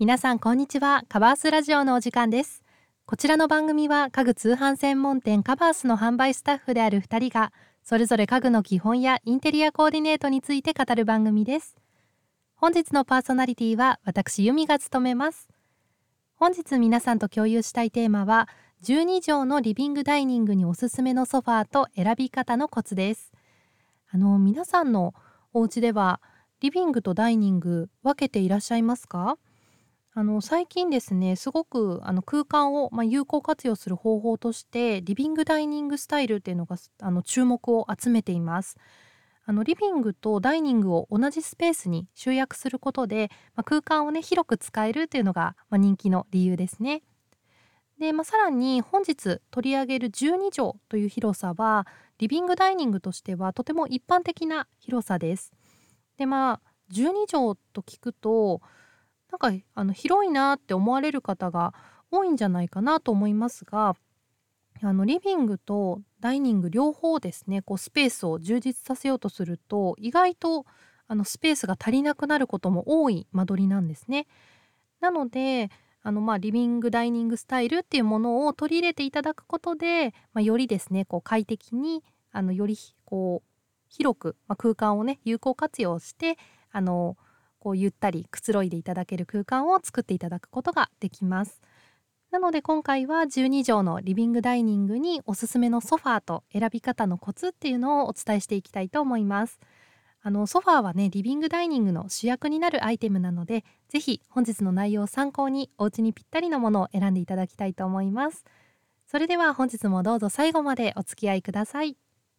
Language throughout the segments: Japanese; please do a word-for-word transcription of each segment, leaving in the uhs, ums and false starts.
皆さんこんにちは。カバースラジオのお時間です。こちらの番組は家具通販専門店カバースの販売スタッフであるふたりがそれぞれ家具の基本やインテリアコーディネートについて語る番組です。本日のパーソナリティは私由美が務めます。本日皆さんと共有したいテーマはじゅうにじょうのリビングダイニングにおすすめのソファーと選び方のコツです。あの皆さんのお家ではリビングとダイニング分けていらっしゃいますか？あの最近ですね、すごくあの空間を、まあ、有効活用する方法としてリビングダイニングスタイルっていうのがあの注目を集めています。あのリビングとダイニングを同じスペースに集約することで、まあ、空間をね広く使えるっていうのが、まあ、人気の理由ですね。で、まあ、さらに本日取り上げるじゅうにじょうという広さはリビングダイニングとしてはとても一般的な広さです。でまあじゅうにじょうと聞くとなんかあの広いなって思われる方が多いんじゃないかなと思いますが、あのリビングとダイニング両方ですね、こうスペースを充実させようとすると意外とあのスペースが足りなくなることも多い間取りなんですね。なのであのまあリビングダイニングスタイルっていうものを取り入れていただくことで、まあ、よりですねこう快適にあのよりこう広く、まあ、空間をね有効活用してあのこうゆったりくつろいでいただける空間を作っていただくことができます。なので今回はじゅうにじょうのリビングダイニングにおすすめのソファーと選び方のコツっていうのをお伝えしていきたいと思います。あのソファーはねリビングダイニングの主役になるアイテムなので、ぜひ本日の内容を参考にお家にぴったりのものを選んでいただきたいと思います。それでは本日もどうぞ最後までお付き合いください。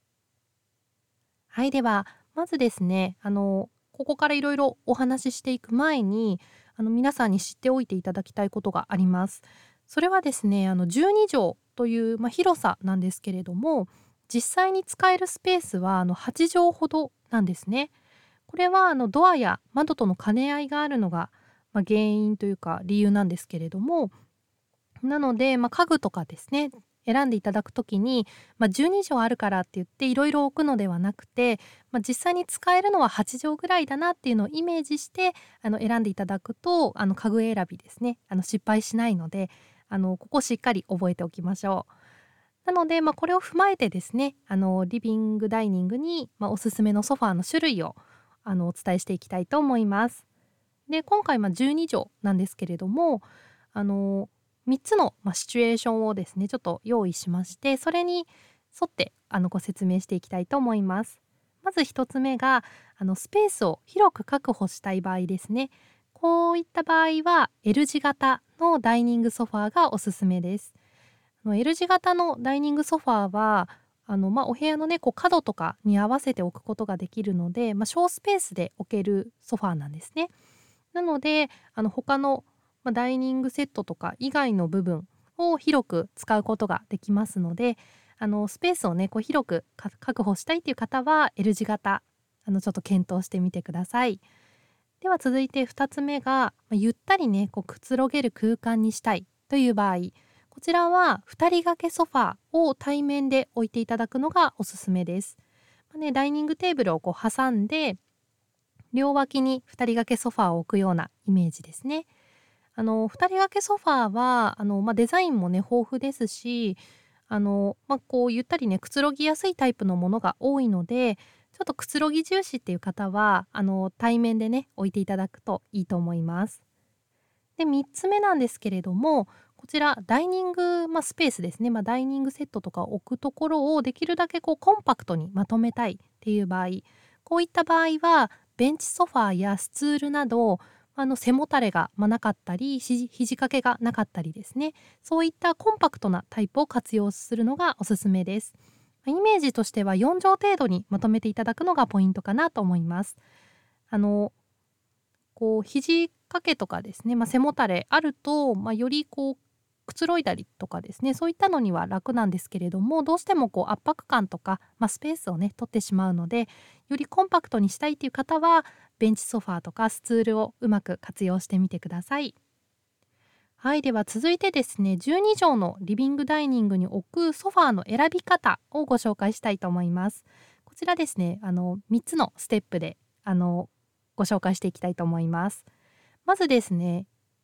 はい、ではまずですね、あのここからいろいろお話ししていく前にあの皆さんに知っておいていただきたいことがあります。それはですね、あのじゅうにじょうという、まあ、広さなんですけれども、実際に使えるスペースはあのはちじょうほどなんですね。これはあのドアや窓との兼ね合いがあるのが、まあ、原因というか理由なんですけれども、なので、まあ、家具とかですね選んでいただくときに、まあ、じゅうにじょうあるからって言っていろいろ置くのではなくて、まあ、実際に使えるのははちじょうぐらいだなっていうのをイメージしてあの選んでいただくと、あの家具選びですねあの失敗しないので、あのここしっかり覚えておきましょう。なので、まあ、これを踏まえてですねあのリビングダイニングに、まあ、おすすめのソファーの種類をあのお伝えしていきたいと思います。で今回まあじゅうにじょうなんですけれども、あのみっつの、まあ、シチュエーションをですねちょっと用意しまして、それに沿ってあのご説明していきたいと思います。まずひとつめがあのスペースを広く確保したい場合ですね。こういった場合は L 字型のダイニングソファーがおすすめです。あの L 字型のダイニングソファーはあの、まあ、お部屋のねこう角とかに合わせて置くことができるので、まあ、小スペースで置けるソファーなんですね。なのであの他の、まあ、ダイニングセットとか以外の部分を広く使うことができますので、あのスペースをねこう広く確保したいという方は L 字型あのちょっと検討してみてください。では続いてふたつめが、まあ、ゆったりねこうくつろげる空間にしたいという場合、こちらはふたり掛けソファーを対面で置いていただくのがおすすめです。まあね、ダイニングテーブルをこう挟んで両脇にふたり掛けソファーを置くようなイメージですね。あのふたり掛けソファーはあの、まあ、デザインもね豊富ですし、あの、まあ、こうゆったりねくつろぎやすいタイプのものが多いので、ちょっとくつろぎ重視っていう方はあの対面でね置いていただくといいと思います。でみっつめなんですけれども、こちらダイニング、まあ、スペースですね、まあ、ダイニングセットとか置くところをできるだけこうコンパクトにまとめたいっていう場合、こういった場合はベンチソファーやスツールなどあの背もたれがまなかったりひ肘掛けがなかったりですね、そういったコンパクトなタイプを活用するのがおすすめです。イメージとしてはよんじょう程度にまとめていただくのがポイントかなと思います。あのこう肘掛けとかですね、まあ、背もたれあると、まあ、よりこうくつろいだりとかですね、そういったのには楽なんですけれども、どうしてもこう圧迫感とか、まあ、スペースをね取ってしまうので、よりコンパクトにしたいという方はベンチソファーとかスツールをうまく活用してみてください。はい、では続いてですね、じゅうにじょうのリビングダイニングに置くソファーの選び方をご紹介したいと思います。こちらですね、あのみっつのステップであのご紹介していきたいと思います。まずですね、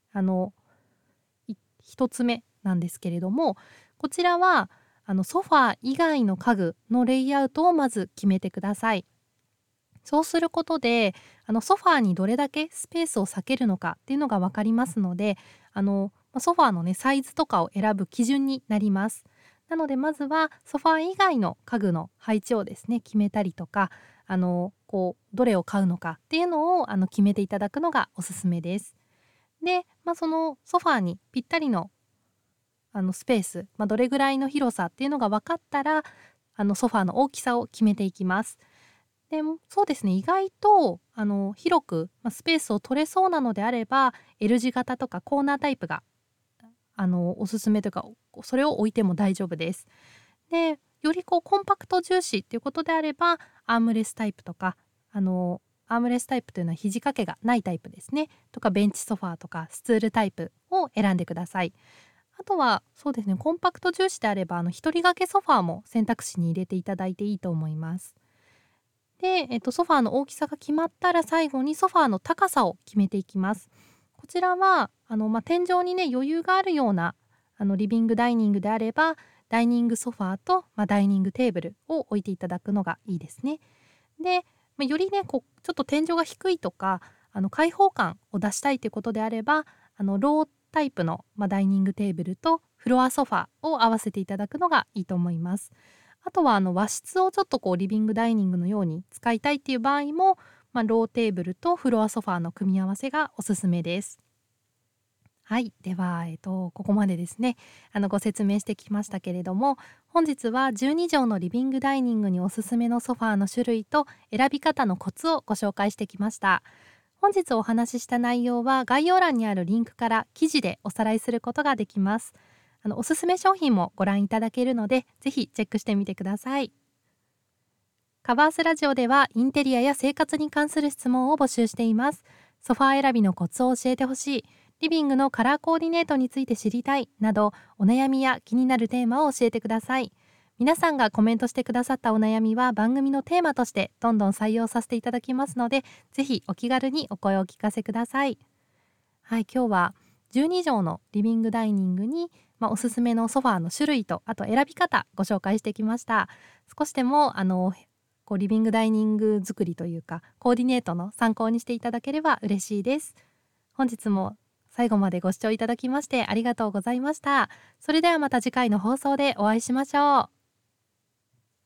あの一つ目なんですけれども、こちらはあのソファー以外の家具のレイアウトをまず決めてください。そうすることであのソファーにどれだけスペースを避けるのかっていうのが分かりますので、あのソファーのねサイズとかを選ぶ基準になります。なのでまずはソファー以外の家具の配置をですね決めたりとか、あのこうどれを買うのかっていうのをあの決めていただくのがおすすめです。で、まあ、そのソファーにぴったりのあのスペース、まあ、どれぐらいの広さっていうのが分かったら、あのソファーの大きさを決めていきます。でもそうですね、意外とあの広く、まあ、スペースを取れそうなのであれば L 字型とかコーナータイプがあのおすすめというか、それを置いても大丈夫です。で、よりこうコンパクト重視っていうことであればアームレスタイプとか、あのアームレスタイプというのは肘掛けがないタイプですねとか、ベンチソファーとかスツールタイプを選んでください。あとはそうですね、コンパクト重視であればあの一人掛けソファーも選択肢に入れていただいていいと思います。で、えっと、ソファーの大きさが決まったら最後にソファーの高さを決めていきます。こちらはあの、まあ、天井にね余裕があるようなあのリビングダイニングであればダイニングソファーと、まあ、ダイニングテーブルを置いていただくのがいいですね。で、まあ、よりねこうちょっと天井が低いとかあの開放感を出したいということであればあのロータイプの、まあ、ダイニングテーブルとフロアソファーを合わせていただくのがいいと思います。あとはあの和室をちょっとこうリビングダイニングのように使いたいっていう場合も、まあ、ローテーブルとフロアソファーの組み合わせがおすすめです。はい、では、えっと、ここまでですねあのご説明してきましたけれども、本日はじゅうに畳のリビングダイニングにおすすめのソファーの種類と選び方のコツをご紹介してきました。本日お話しした内容は概要欄にあるリンクから記事でおさらいすることができます。あのおすすめ商品もご覧いただけるので、ぜひチェックしてみてください。カバースラジオではインテリアや生活に関する質問を募集しています。ソファー選びのコツを教えてほしい、リビングのカラーコーディネートについて知りたいなど、お悩みや気になるテーマを教えてください。皆さんがコメントしてくださったお悩みは番組のテーマとしてどんどん採用させていただきますので、ぜひお気軽にお声をお聞かせください。はい、今日はじゅうに畳のリビングダイニングに、まあ、おすすめのソファーの種類とあと選び方ご紹介してきました。少しでもあのこうリビングダイニング作りというかコーディネートの参考にしていただければ嬉しいです。本日も最後までご視聴いただきましてありがとうございました。それではまた次回の放送でお会いしましょう。